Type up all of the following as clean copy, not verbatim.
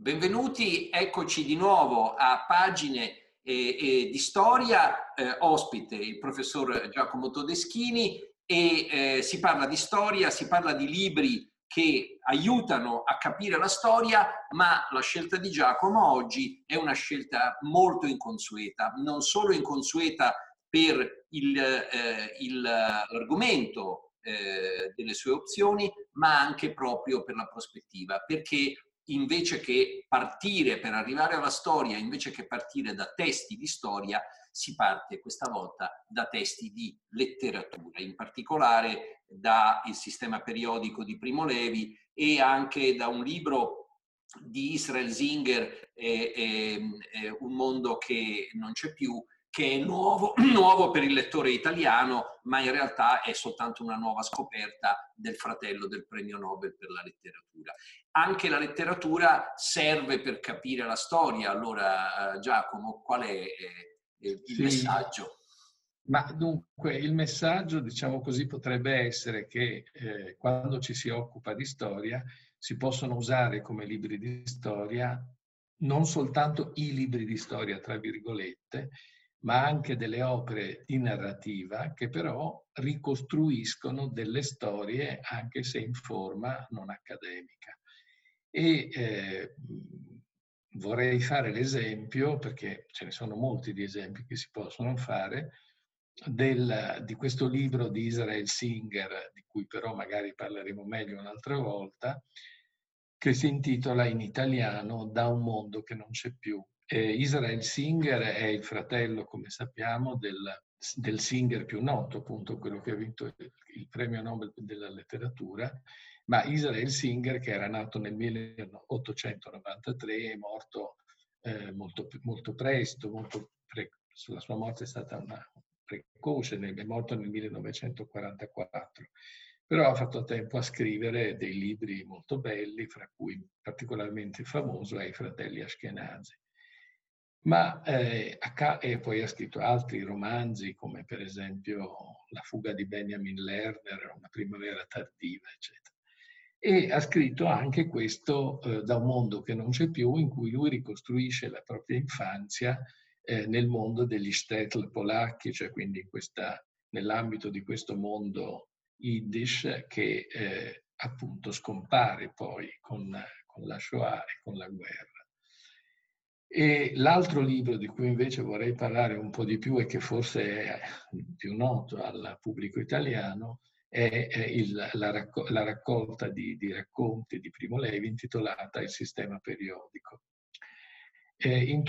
Benvenuti, eccoci di nuovo a Pagine di Storia, ospite il professor Giacomo Todeschini e si parla di storia, si parla di libri che aiutano a capire la storia, ma la scelta di Giacomo oggi è una scelta molto inconsueta, non solo inconsueta per l'argomento delle sue opzioni, ma anche proprio per la prospettiva, perché invece che partire per arrivare alla storia, invece che partire da testi di storia, si parte questa volta da testi di letteratura, in particolare da Il sistema periodico di Primo Levi e anche da un libro di Israel Singer, Un mondo che non c'è più, che è nuovo per il lettore italiano, ma in realtà è soltanto una nuova scoperta del fratello del premio Nobel per la letteratura. Anche la letteratura serve per capire la storia. Allora, Giacomo, qual è il messaggio? Ma dunque, il messaggio, diciamo così, potrebbe essere che quando ci si occupa di storia si possono usare come libri di storia non soltanto i libri di storia, tra virgolette, ma anche delle opere di narrativa che però ricostruiscono delle storie anche se in forma non accademica. E vorrei fare l'esempio, perché ce ne sono molti di esempi che si possono fare, di questo libro di Israel Singer, di cui però magari parleremo meglio un'altra volta, che si intitola in italiano Da un mondo che non c'è più. Israel Singer è il fratello, come sappiamo, del Singer più noto, appunto quello che ha vinto il premio Nobel della letteratura, ma Israel Singer, che era nato nel 1893, è morto molto presto, la sua morte è stata una precoce, è morto nel 1944. Però ha fatto tempo a scrivere dei libri molto belli, fra cui particolarmente famoso è I fratelli Ashkenazi. E poi ha scritto altri romanzi, come per esempio La fuga di Benjamin Lerner, Una primavera tardiva, eccetera. E ha scritto anche questo Da un mondo che non c'è più, in cui lui ricostruisce la propria infanzia nel mondo degli shtetl polacchi, cioè quindi nell'ambito di questo mondo Yiddish che appunto scompare poi con la Shoah e con la guerra. E l'altro libro di cui invece vorrei parlare un po' di più e che forse è più noto al pubblico italiano è la raccolta di racconti di Primo Levi intitolata Il sistema periodico. In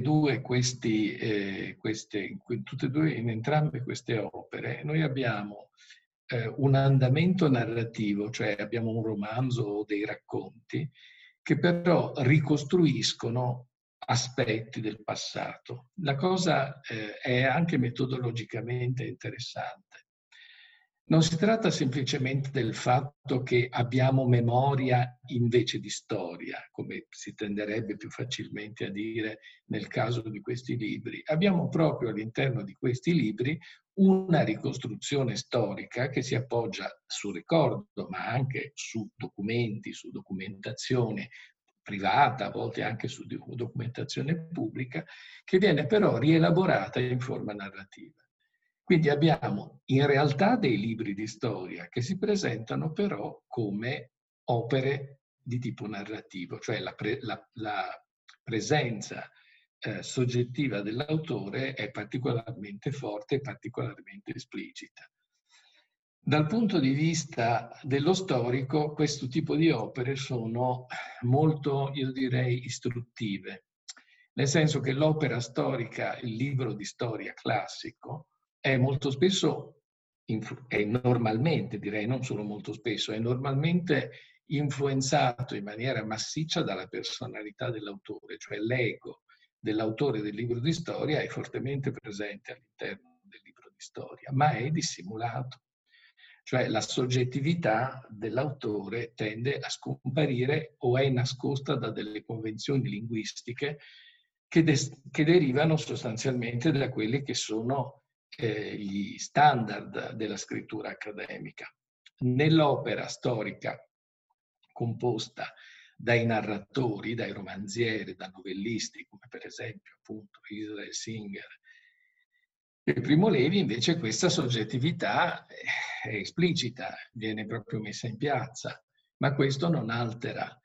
entrambe queste opere noi abbiamo un andamento narrativo, cioè abbiamo un romanzo o dei racconti che però ricostruiscono aspetti del passato. La cosa è anche metodologicamente interessante. Non si tratta semplicemente del fatto che abbiamo memoria invece di storia, come si tenderebbe più facilmente a dire nel caso di questi libri. Abbiamo proprio all'interno di questi libri una ricostruzione storica che si appoggia sul ricordo, ma anche su documenti, su documentazione privata, a volte anche su documentazione pubblica, che viene però rielaborata in forma narrativa. Quindi abbiamo in realtà dei libri di storia che si presentano però come opere di tipo narrativo, cioè la presenza soggettiva dell'autore è particolarmente forte e particolarmente esplicita. Dal punto di vista dello storico, questo tipo di opere sono molto, io direi, istruttive, nel senso che l'opera storica, il libro di storia classico, è molto spesso, è normalmente, direi non solo molto spesso, è normalmente influenzato in maniera massiccia dalla personalità dell'autore, cioè l'ego dell'autore del libro di storia è fortemente presente all'interno del libro di storia, ma è dissimulato. Cioè la soggettività dell'autore tende a scomparire o è nascosta da delle convenzioni linguistiche che derivano sostanzialmente da quelli che sono gli standard della scrittura accademica. Nell'opera storica composta dai narratori, dai romanzieri, da novellisti, come per esempio appunto Israel Singer e Primo Levi, invece questa soggettività è esplicita, viene proprio messa in piazza, ma questo non altera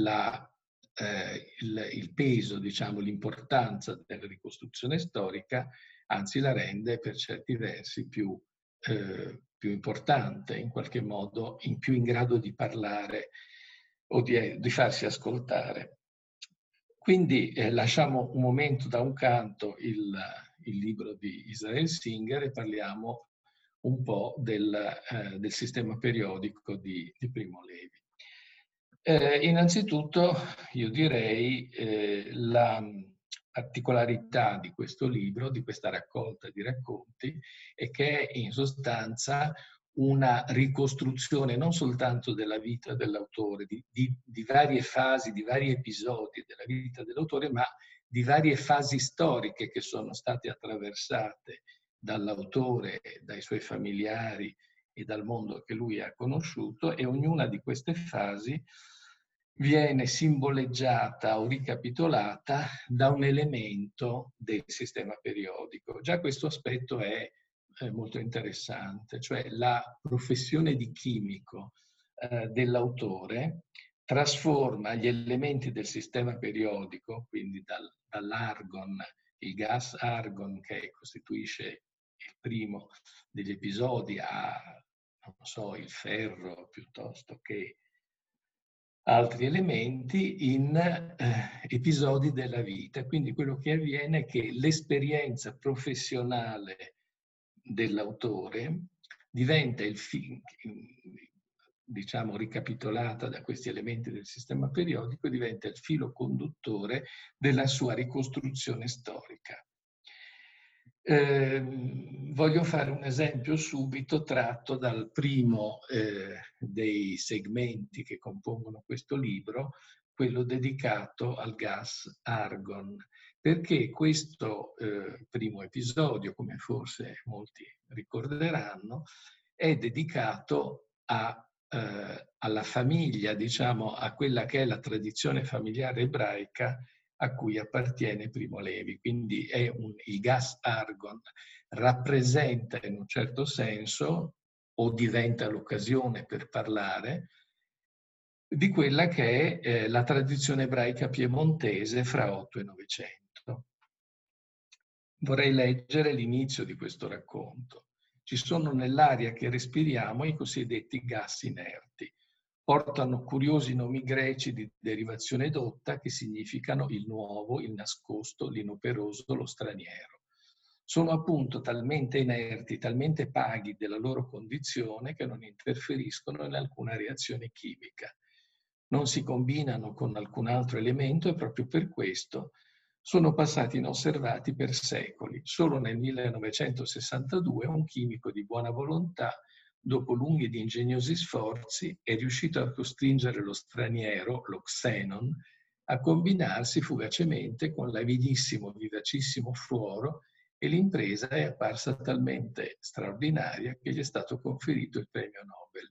il peso, diciamo, l'importanza della ricostruzione storica, anzi la rende per certi versi più importante, in qualche modo più in grado di parlare o di farsi ascoltare. Quindi lasciamo un momento da un canto il libro di Israel Singer e parliamo un po' del sistema periodico di Primo Levi. Innanzitutto io direi la particolarità di questo libro, di questa raccolta di racconti, è che è in sostanza una ricostruzione non soltanto della vita dell'autore, di varie fasi, di vari episodi della vita dell'autore, ma di varie fasi storiche che sono state attraversate dall'autore, dai suoi familiari e dal mondo che lui ha conosciuto, e ognuna di queste fasi viene simboleggiata o ricapitolata da un elemento del sistema periodico. Già questo aspetto è molto interessante, cioè la professione di chimico dell'autore trasforma gli elementi del sistema periodico, quindi dall'argon, il gas argon che costituisce il primo degli episodi, a, non so, il ferro piuttosto che altri elementi, in episodi della vita. Quindi quello che avviene è che l'esperienza professionale dell'autore diventa diciamo ricapitolata da questi elementi del sistema periodico, diventa il filo conduttore della sua ricostruzione storica. Voglio fare un esempio subito tratto dal primo dei segmenti che compongono questo libro, quello dedicato al gas argon, perché questo primo episodio, come forse molti ricorderanno, è dedicato alla famiglia, diciamo, a quella che è la tradizione familiare ebraica a cui appartiene Primo Levi. Quindi il gas argon rappresenta in un certo senso, o diventa l'occasione per parlare, di quella che è la tradizione ebraica piemontese fra 8 e 900. Vorrei leggere l'inizio di questo racconto. Ci sono nell'aria che respiriamo i cosiddetti gas inerti. Portano curiosi nomi greci di derivazione dotta che significano il nuovo, il nascosto, l'inoperoso, lo straniero. Sono appunto talmente inerti, talmente paghi della loro condizione che non interferiscono in alcuna reazione chimica. Non si combinano con alcun altro elemento e proprio per questo sono passati inosservati per secoli. Solo nel 1962 un chimico di buona volontà, dopo lunghi ed ingegnosi sforzi, è riuscito a costringere lo straniero, lo xenon, a combinarsi fugacemente con l'avidissimo, vivacissimo fluoro, e l'impresa è apparsa talmente straordinaria che gli è stato conferito il premio Nobel.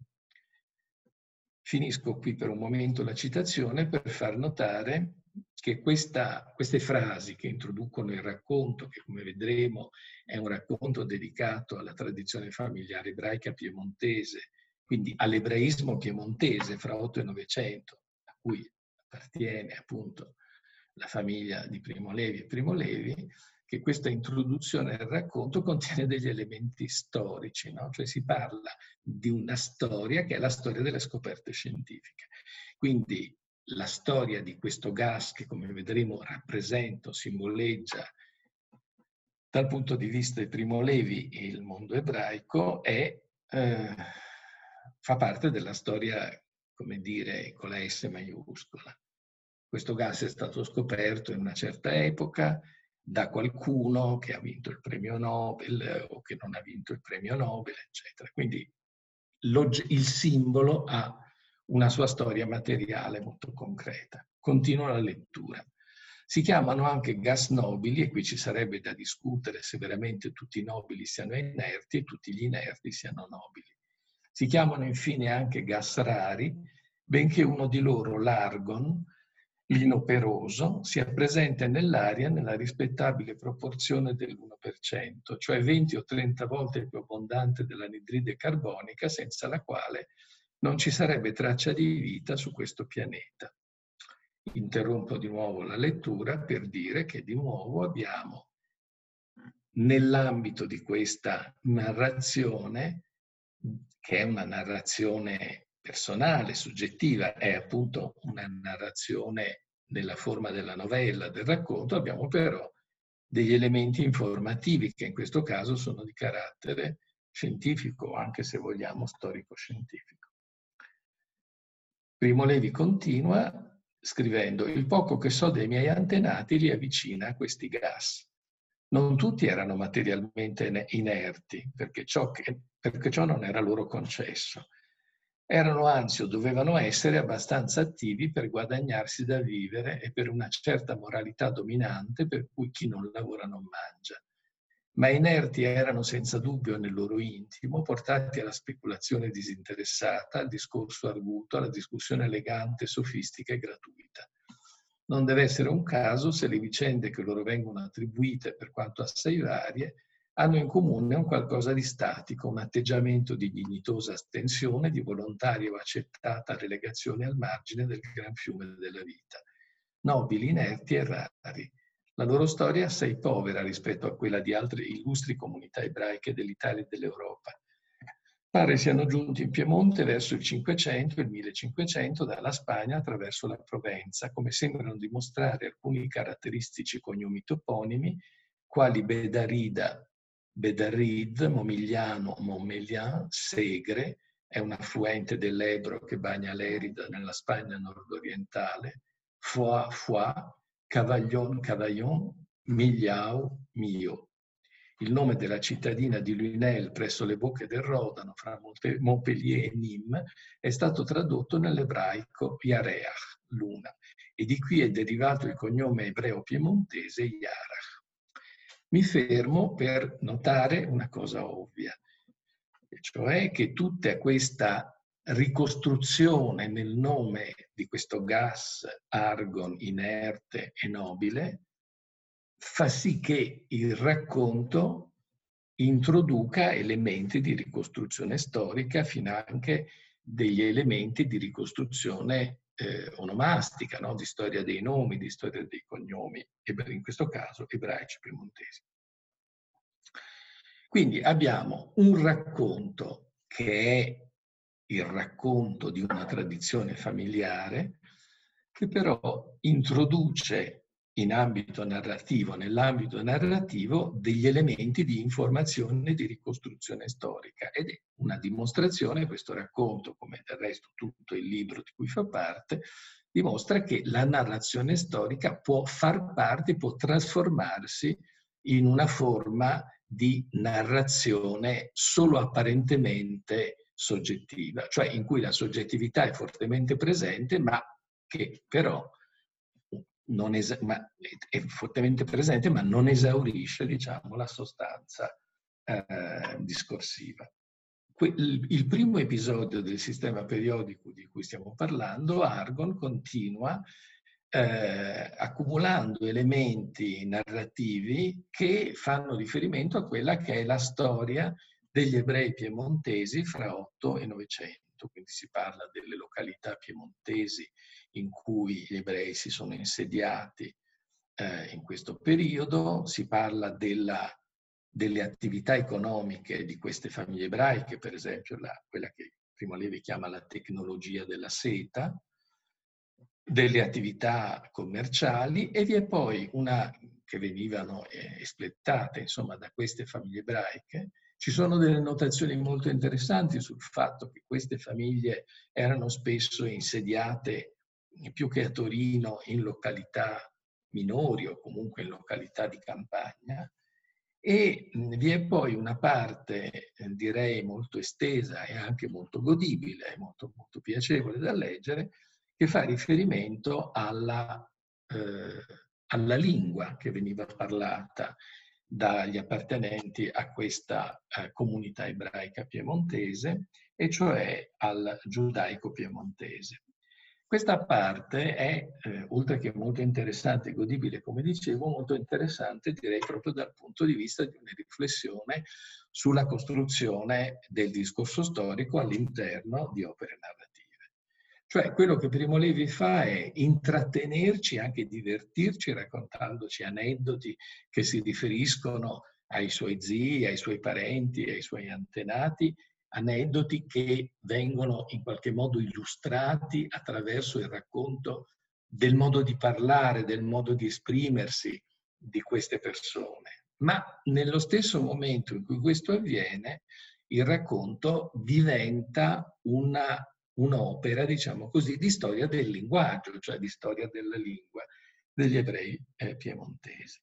Finisco qui per un momento la citazione per far notare che queste frasi che introducono il racconto, che come vedremo è un racconto dedicato alla tradizione familiare ebraica piemontese, quindi all'ebraismo piemontese fra 8 e 900, a cui appartiene appunto la famiglia di Primo Levi e Primo Levi, che questa introduzione al racconto contiene degli elementi storici, no? Cioè si parla di una storia che è la storia delle scoperte scientifiche. Quindi la storia di questo gas che, come vedremo, rappresenta, simboleggia dal punto di vista di Primo Levi e il mondo ebraico, fa parte della storia, come dire, con la S maiuscola. Questo gas è stato scoperto in una certa epoca da qualcuno che ha vinto il premio Nobel o che non ha vinto il premio Nobel, eccetera. Quindi il simbolo ha una sua storia materiale molto concreta. Continuo la lettura. Si chiamano anche gas nobili, e qui ci sarebbe da discutere se veramente tutti i nobili siano inerti e tutti gli inerti siano nobili. Si chiamano infine anche gas rari, benché uno di loro, l'Argon, l'inoperoso, sia presente nell'aria nella rispettabile proporzione dell'1%, cioè 20 o 30 volte più abbondante dell'anidride carbonica, senza la quale non ci sarebbe traccia di vita su questo pianeta. Interrompo di nuovo la lettura per dire che di nuovo abbiamo nell'ambito di questa narrazione, che è una narrazione personale, soggettiva, è appunto una narrazione nella forma della novella, del racconto, abbiamo però degli elementi informativi che in questo caso sono di carattere scientifico, anche se vogliamo storico-scientifico. Primo Levi continua scrivendo: il poco che so dei miei antenati li avvicina a questi gas. Non tutti erano materialmente inerti, perché ciò non era loro concesso. Erano anzi o dovevano essere abbastanza attivi per guadagnarsi da vivere e per una certa moralità dominante per cui chi non lavora non mangia. Ma inerti erano senza dubbio nel loro intimo, portati alla speculazione disinteressata, al discorso arguto, alla discussione elegante, sofistica e gratuita. Non deve essere un caso se le vicende che loro vengono attribuite, per quanto assai varie, hanno in comune un qualcosa di statico, un atteggiamento di dignitosa astensione, di volontaria o accettata relegazione al margine del gran fiume della vita. Nobili, inerti e rari. La loro storia è assai povera rispetto a quella di altre illustri comunità ebraiche dell'Italia e dell'Europa. Pare siano giunti in Piemonte verso il 500 e il 1500 dalla Spagna attraverso la Provenza, come sembrano dimostrare alcuni caratteristici cognomi toponimi, quali Bedarida, Bedarid, Momigliano, Montmelian, Segre, è un affluente dell'Ebro che bagna l'Erida nella Spagna nord-orientale, Foix, Foix, Cavaillon, Cavaillon, Migliau, Mio. Il nome della cittadina di Lunel presso le bocche del Rodano fra Montpellier e Nîmes è stato tradotto nell'ebraico Yareach, luna, e di qui è derivato il cognome ebreo piemontese Yarach. Mi fermo per notare una cosa ovvia, cioè che tutta questa ricostruzione nel nome di questo gas argon inerte e nobile fa sì che il racconto introduca elementi di ricostruzione storica, finanche degli elementi di ricostruzione onomastica, no? Di storia dei nomi, di storia dei cognomi, e in questo caso ebraici piemontesi. Quindi abbiamo un racconto che è il racconto di una tradizione familiare, che però introduce nell'ambito narrativo, degli elementi di informazione e di ricostruzione storica. Ed è una dimostrazione, questo racconto, come del resto tutto il libro di cui fa parte, dimostra che la narrazione storica può far parte, può trasformarsi in una forma di narrazione solo apparentemente soggettiva, cioè in cui la soggettività è fortemente presente, ma che però è fortemente presente, ma non esaurisce, diciamo, la sostanza discorsiva. Il primo episodio del sistema periodico di cui stiamo parlando, Argon, continua accumulando elementi narrativi che fanno riferimento a quella che è la storia degli ebrei piemontesi fra 8 e 900. Quindi si parla delle località piemontesi in cui gli ebrei si sono insediati in questo periodo, si parla delle attività economiche di queste famiglie ebraiche, per esempio quella che Primo Levi chiama la tecnologia della seta, delle attività commerciali, e vi è poi una che venivano esplettate insomma da queste famiglie ebraiche. Ci sono delle notazioni molto interessanti sul fatto che queste famiglie erano spesso insediate più che a Torino in località minori o comunque in località di campagna, e vi è poi una parte direi molto estesa e anche molto godibile, molto, molto piacevole da leggere, che fa riferimento alla lingua che veniva parlata dagli appartenenti a questa comunità ebraica piemontese, e cioè al giudaico piemontese. Questa parte è, oltre che molto interessante e godibile, come dicevo, molto interessante direi proprio dal punto di vista di una riflessione sulla costruzione del discorso storico all'interno di opere narrative. Cioè, quello che Primo Levi fa è intrattenerci, anche divertirci, raccontandoci aneddoti che si riferiscono ai suoi zii, ai suoi parenti, ai suoi antenati, aneddoti che vengono in qualche modo illustrati attraverso il racconto del modo di parlare, del modo di esprimersi di queste persone. Ma nello stesso momento in cui questo avviene, il racconto diventa un'opera, diciamo così, di storia del linguaggio, cioè di storia della lingua degli ebrei piemontesi.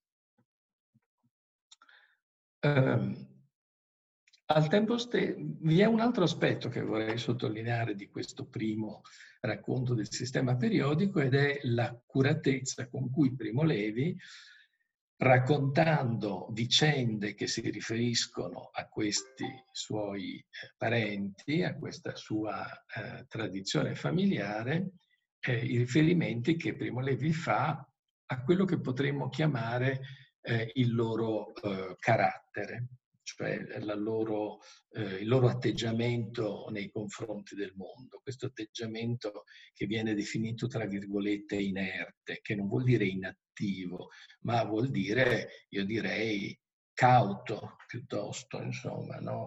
Al tempo stesso, vi è un altro aspetto che vorrei sottolineare di questo primo racconto del sistema periodico ed è l'accuratezza con cui Primo Levi, raccontando vicende che si riferiscono a questi suoi parenti, a questa sua tradizione familiare, i riferimenti che Primo Levi fa a quello che potremmo chiamare il loro carattere, cioè il loro atteggiamento nei confronti del mondo, questo atteggiamento che viene definito tra virgolette inerte, che non vuol dire inattivo, ma vuol dire, io direi, cauto piuttosto, insomma, no?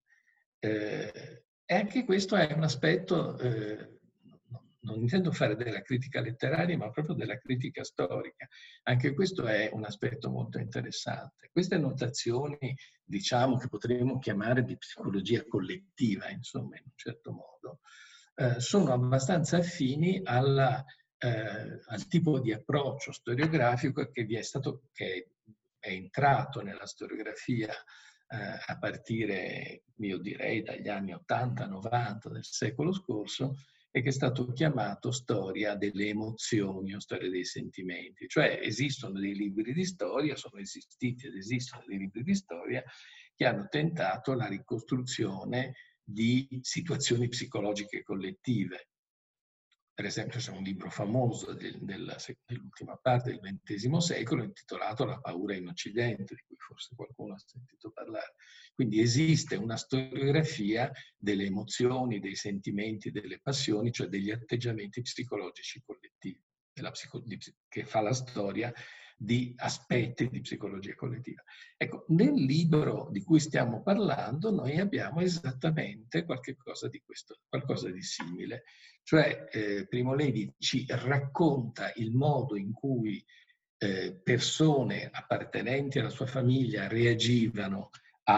E anche questo è un aspetto, non intendo fare della critica letteraria, ma proprio della critica storica. Anche questo è un aspetto molto interessante. Queste notazioni, diciamo, che potremmo chiamare di psicologia collettiva, insomma, in un certo modo, sono abbastanza affini al tipo di approccio storiografico che è entrato nella storiografia a partire, io direi, dagli anni 80-90 del secolo scorso, e che è stato chiamato storia delle emozioni o storia dei sentimenti. Cioè esistono dei libri di storia, sono esistiti ed esistono dei libri di storia che hanno tentato la ricostruzione di situazioni psicologiche collettive. Per esempio c'è un libro famoso dell'ultima parte del XX secolo intitolato La paura in Occidente, di cui forse qualcuno ha sentito parlare. Quindi esiste una storiografia delle emozioni, dei sentimenti, delle passioni, cioè degli atteggiamenti psicologici collettivi, che fa la storia di aspetti di psicologia collettiva. Ecco, nel libro di cui stiamo parlando noi abbiamo esattamente qualcosa di questo, qualcosa di simile. Cioè Primo Levi ci racconta il modo in cui persone appartenenti alla sua famiglia reagivano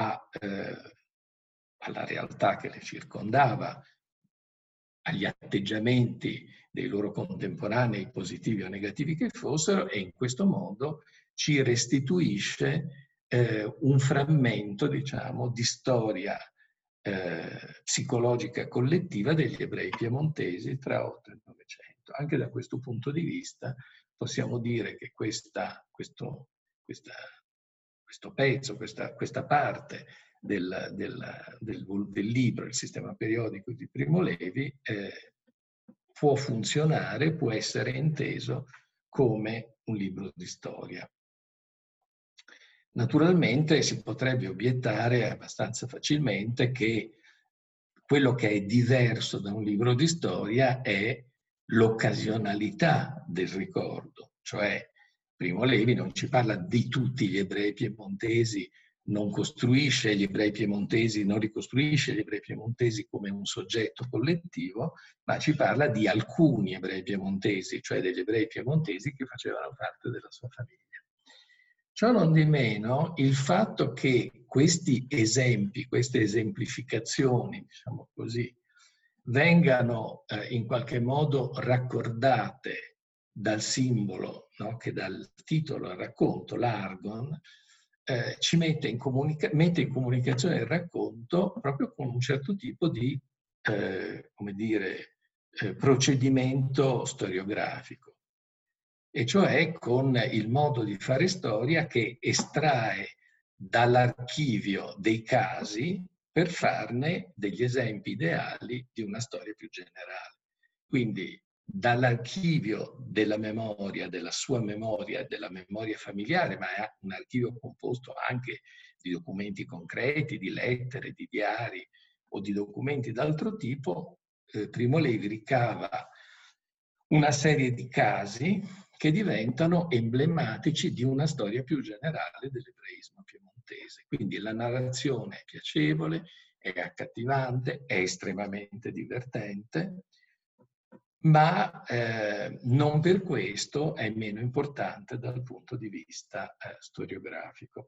alla realtà che le circondava, agli atteggiamenti dei loro contemporanei, positivi o negativi che fossero, e in questo modo ci restituisce un frammento, diciamo, di storia psicologica collettiva degli ebrei piemontesi tra 8 e 900. Anche da questo punto di vista possiamo dire che questo pezzo, questa parte del libro, il sistema periodico di Primo Levi, può funzionare, può essere inteso come un libro di storia. Naturalmente si potrebbe obiettare abbastanza facilmente che quello che è diverso da un libro di storia è l'occasionalità del ricordo, cioè Primo Levi non ci parla di tutti gli ebrei piemontesi, non costruisce gli ebrei piemontesi, non ricostruisce gli ebrei piemontesi come un soggetto collettivo, ma ci parla di alcuni ebrei piemontesi, cioè degli ebrei piemontesi che facevano parte della sua famiglia. Ciò non di meno, il fatto che questi esempi, queste esemplificazioni, diciamo così, vengano in qualche modo raccordate dal simbolo, no, che dà il titolo al racconto, l'Argon, ci mette in comunicazione il racconto proprio con un certo tipo di, come dire, procedimento storiografico. E cioè con il modo di fare storia che estrae dall'archivio dei casi per farne degli esempi ideali di una storia più generale. Quindi dall'archivio della memoria, della sua memoria, della memoria familiare, ma è un archivio composto anche di documenti concreti, di lettere, di diari o di documenti d'altro tipo, Primo Levi ricava una serie di casi che diventano emblematici di una storia più generale dell'ebraismo piemontese. Quindi la narrazione è piacevole, è accattivante, è estremamente divertente, ma non per questo è meno importante dal punto di vista storiografico.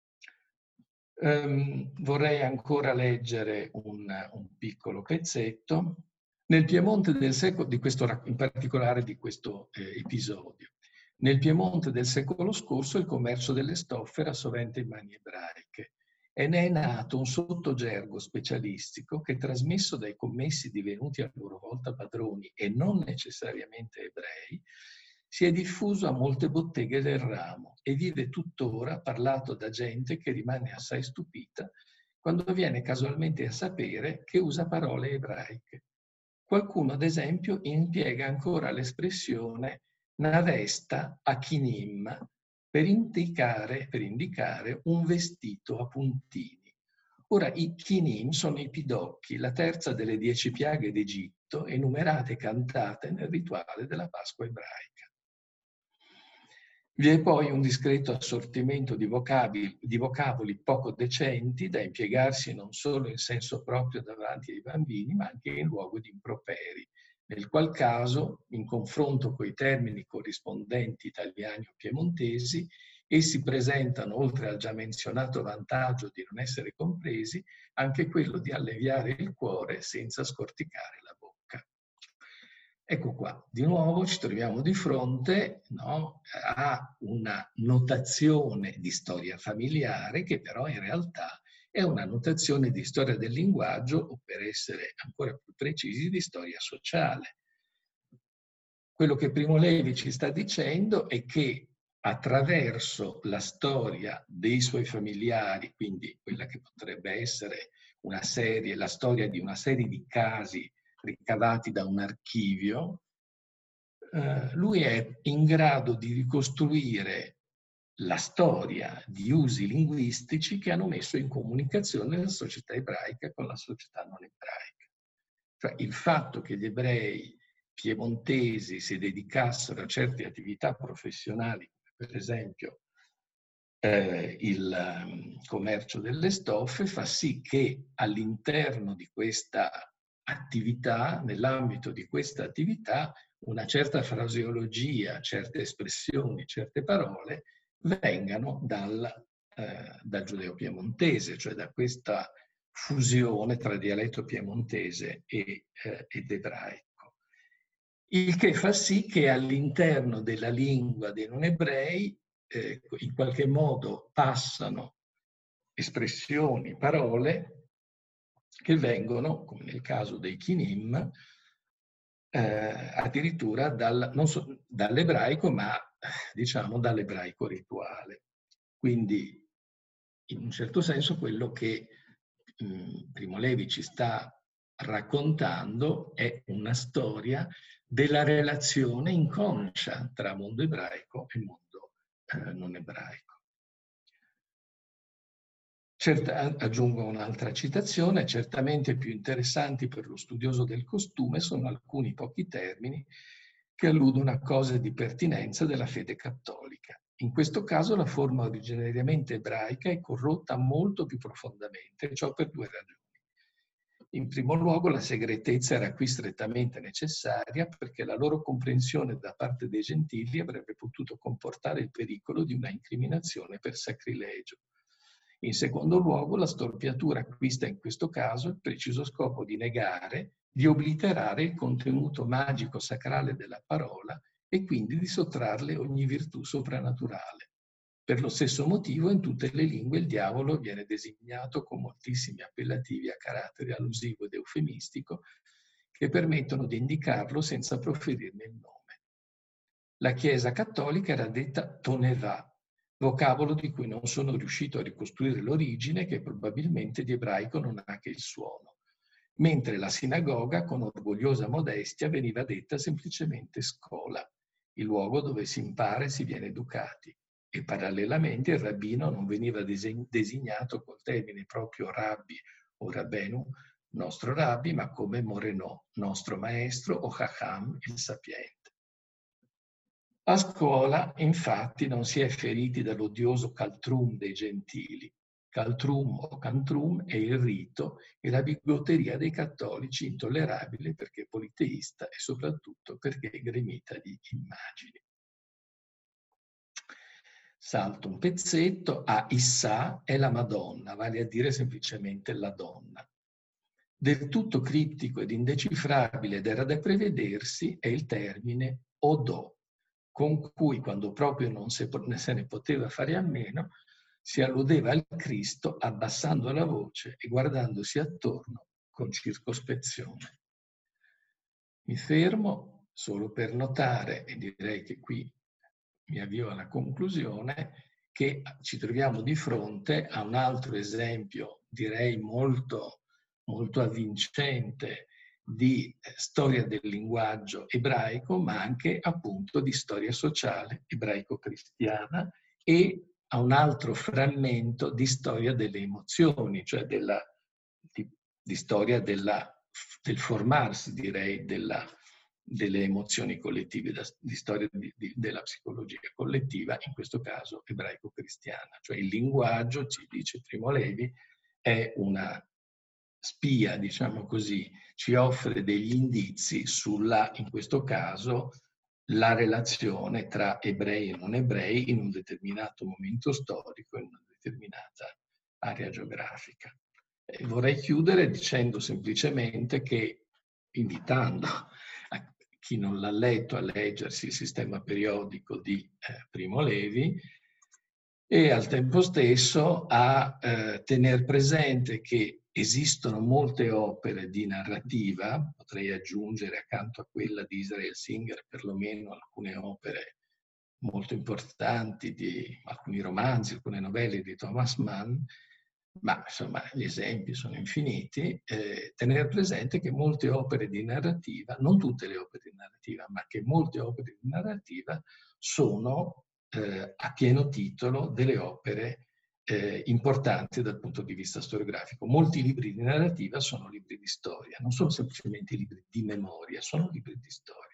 Vorrei ancora leggere un piccolo pezzetto. Nel Piemonte del secolo, in particolare di questo episodio, nel Piemonte del secolo scorso il commercio delle stoffe era sovente in mani ebraiche e ne è nato un sottogergo specialistico che, trasmesso dai commessi divenuti a loro volta padroni e non necessariamente ebrei, si è diffuso a molte botteghe del ramo e vive tuttora parlato da gente che rimane assai stupita quando viene casualmente a sapere che usa parole ebraiche. Qualcuno, ad esempio, impiega ancora l'espressione navesta akinim per indicare un vestito a puntini. Ora, i kinim sono i pidocchi, la terza delle 10 piaghe d'Egitto, enumerate e cantate nel rituale della Pasqua ebraica. Vi è poi un discreto assortimento di vocaboli poco decenti da impiegarsi non solo in senso proprio davanti ai bambini, ma anche in luogo di improperi, nel qual caso, in confronto coi termini corrispondenti italiani o piemontesi, essi presentano, oltre al già menzionato vantaggio di non essere compresi, anche quello di alleviare il cuore senza scorticare la bocca. Ecco qua, di nuovo ci troviamo di fronte, no, a una notazione di storia familiare che però in realtà è una notazione di storia del linguaggio o, per essere ancora più precisi, di storia sociale. Quello che Primo Levi ci sta dicendo è che attraverso la storia dei suoi familiari, quindi quella che potrebbe essere la storia di una serie di casi ricavati da un archivio, lui è in grado di ricostruire la storia di usi linguistici che hanno messo in comunicazione la società ebraica con la società non ebraica. Cioè il fatto che gli ebrei piemontesi si dedicassero a certe attività professionali, per esempio il commercio delle stoffe, fa sì che all'interno di questa attività, nell'ambito di questa attività, una certa fraseologia, certe espressioni, certe parole vengano dal giudeo-piemontese, cioè da questa fusione tra dialetto piemontese ed ebraico. Il che fa sì che all'interno della lingua dei non ebrei in qualche modo passano espressioni, parole che vengono, come nel caso dei kinim, addirittura dall'ebraico, ma diciamo dall'ebraico rituale. Quindi, in un certo senso, quello che Primo Levi ci sta raccontando è una storia della relazione inconscia tra mondo ebraico e mondo non ebraico. Aggiungo un'altra citazione: certamente più interessanti per lo studioso del costume sono alcuni pochi termini che alludono a cose di pertinenza della fede cattolica. In questo caso la forma originariamente ebraica è corrotta molto più profondamente, e ciò per due ragioni. In primo luogo, la segretezza era qui strettamente necessaria perché la loro comprensione da parte dei gentili avrebbe potuto comportare il pericolo di una incriminazione per sacrilegio. In secondo luogo, la storpiatura acquista in questo caso il preciso scopo di negare, di obliterare il contenuto magico sacrale della parola e quindi di sottrarle ogni virtù soprannaturale. Per lo stesso motivo, in tutte le lingue il diavolo viene designato con moltissimi appellativi a carattere allusivo ed eufemistico che permettono di indicarlo senza proferirne il nome. La Chiesa cattolica era detta tonevà, vocabolo di cui non sono riuscito a ricostruire l'origine, che probabilmente di ebraico non ha che il suono. mentre la sinagoga, con orgogliosa modestia, veniva detta semplicemente scola, il luogo dove si impara e si viene educati. E parallelamente il rabbino non veniva designato col termine proprio rabbi o rabbenu, nostro rabbi, ma come morenò, nostro maestro, o chacham, il sapiente. A scuola, infatti, non si è feriti dall'odioso caltrum dei gentili. Caltrum o cantrum è il rito e la bigotteria dei cattolici, intollerabile perché politeista e soprattutto perché gremita di immagini. Salto un pezzetto, a Issà è la Madonna, vale a dire semplicemente la donna. Del tutto criptico ed indecifrabile ed era da prevedersi è il termine Odò, con cui, quando proprio non se ne poteva fare a meno, si alludeva al Cristo abbassando la voce e guardandosi attorno con circospezione. Mi fermo solo per notare, e direi che qui mi avvio alla conclusione, che ci troviamo di fronte a un altro esempio, direi molto avvincente, di storia del linguaggio ebraico, ma anche appunto di storia sociale ebraico-cristiana, e a un altro frammento di storia delle emozioni, cioè di storia del formarsi, direi, delle emozioni collettive, di storia della psicologia collettiva, in questo caso ebraico-cristiana. Cioè il linguaggio, ci dice Primo Levi, è una spia, diciamo così, ci offre degli indizi sulla, in questo caso, la relazione tra ebrei e non ebrei in un determinato momento storico, in una determinata area geografica. E vorrei chiudere dicendo semplicemente che, invitando a chi non l'ha letto a leggersi il sistema periodico di Primo Levi, e al tempo stesso a tener presente che esistono molte opere di narrativa, potrei aggiungere accanto a quella di Israel Singer perlomeno alcune opere molto importanti, di alcuni romanzi, alcune novelle di Thomas Mann, ma insomma gli esempi sono infiniti. Tener presente che molte opere di narrativa, non tutte le opere di narrativa, ma che molte opere di narrativa sono a pieno titolo delle opere importanti dal punto di vista storiografico. Molti libri di narrativa sono libri di storia, non sono semplicemente libri di memoria, sono libri di storia.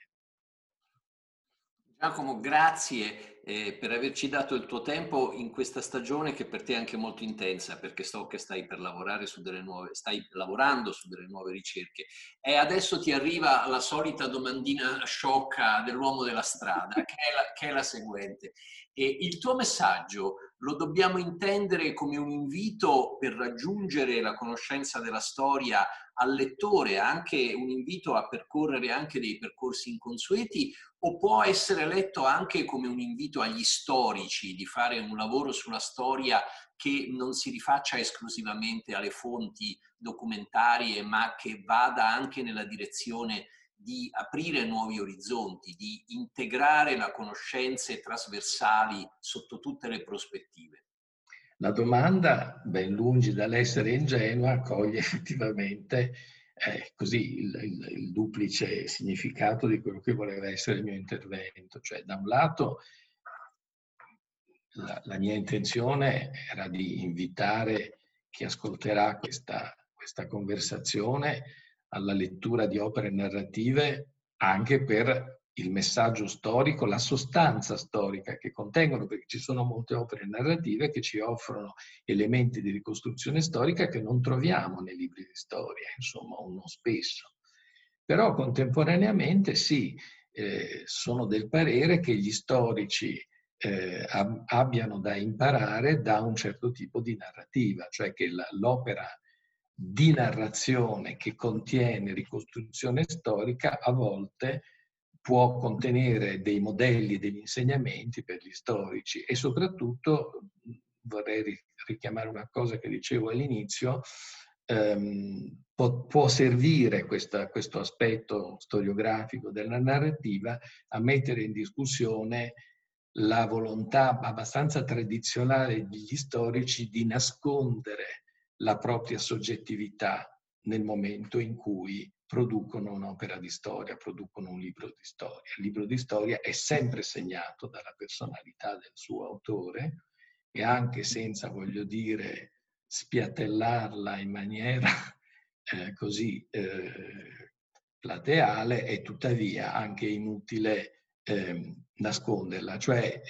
Giacomo, grazie per averci dato il tuo tempo in questa stagione che per te è anche molto intensa, perché so che stai lavorando su delle nuove ricerche. E adesso ti arriva la solita domandina sciocca dell'uomo della strada, che è la seguente. E il tuo messaggio lo dobbiamo intendere come un invito per raggiungere la conoscenza della storia al lettore, anche un invito a percorrere anche dei percorsi inconsueti, o può essere letto anche come un invito agli storici di fare un lavoro sulla storia che non si rifaccia esclusivamente alle fonti documentarie, ma che vada anche nella direzione di aprire nuovi orizzonti, di integrare le conoscenze trasversali sotto tutte le prospettive? La domanda, ben lungi dall'essere ingenua, coglie effettivamente così il duplice significato di quello che voleva essere il mio intervento. Cioè, da un lato, la mia intenzione era di invitare chi ascolterà questa conversazione alla lettura di opere narrative anche per il messaggio storico, la sostanza storica che contengono, perché ci sono molte opere narrative che ci offrono elementi di ricostruzione storica che non troviamo nei libri di storia, insomma, o non spesso. Però contemporaneamente sì, sono del parere che gli storici abbiano da imparare da un certo tipo di narrativa, cioè che l'opera di narrazione che contiene ricostruzione storica a volte può contenere dei modelli e degli insegnamenti per gli storici, e soprattutto vorrei richiamare una cosa che dicevo all'inizio, può servire questo aspetto storiografico della narrativa a mettere in discussione la volontà abbastanza tradizionale degli storici di nascondere la propria soggettività nel momento in cui producono un'opera di storia, producono un libro di storia. Il libro di storia è sempre segnato dalla personalità del suo autore e anche senza, voglio dire, spiattellarla in maniera così plateale, è tuttavia anche inutile nasconderla. Cioè,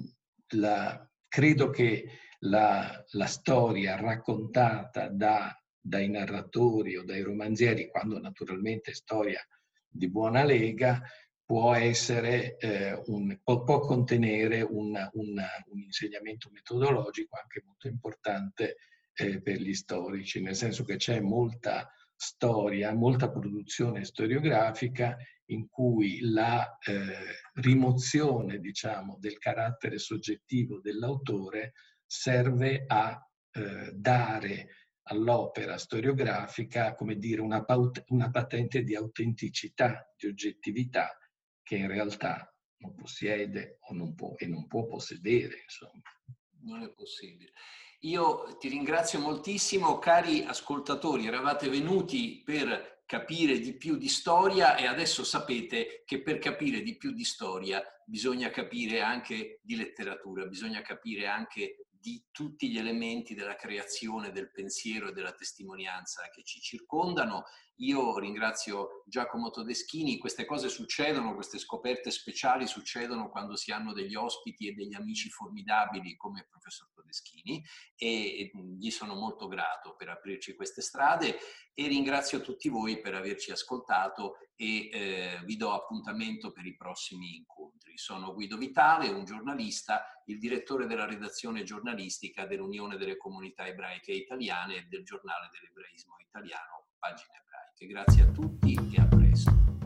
credo che la storia raccontata dai narratori o dai romanzieri, quando naturalmente è storia di buona lega, può essere può contenere un insegnamento metodologico anche molto importante per gli storici, nel senso che c'è molta storia, molta produzione storiografica in cui la rimozione, diciamo, del carattere soggettivo dell'autore serve a dare all'opera storiografica, come dire, una patente di autenticità, di oggettività, che in realtà non possiede o non può possedere, insomma. Non è possibile. Io ti ringrazio moltissimo, cari ascoltatori, eravate venuti per capire di più di storia e adesso sapete che per capire di più di storia bisogna capire anche di letteratura, bisogna capire anche di tutti gli elementi della creazione, del pensiero e della testimonianza che ci circondano. Io ringrazio Giacomo Todeschini, queste cose succedono, queste scoperte speciali succedono quando si hanno degli ospiti e degli amici formidabili come il professor Todeschini e gli sono molto grato per aprirci queste strade e ringrazio tutti voi per averci ascoltato e vi do appuntamento per i prossimi incontri. Sono Guido Vitale, un giornalista, il direttore della redazione giornalistica dell'Unione delle Comunità Ebraiche Italiane e del Giornale dell'Ebraismo Italiano, Pagine Ebraiche. Grazie a tutti e a presto.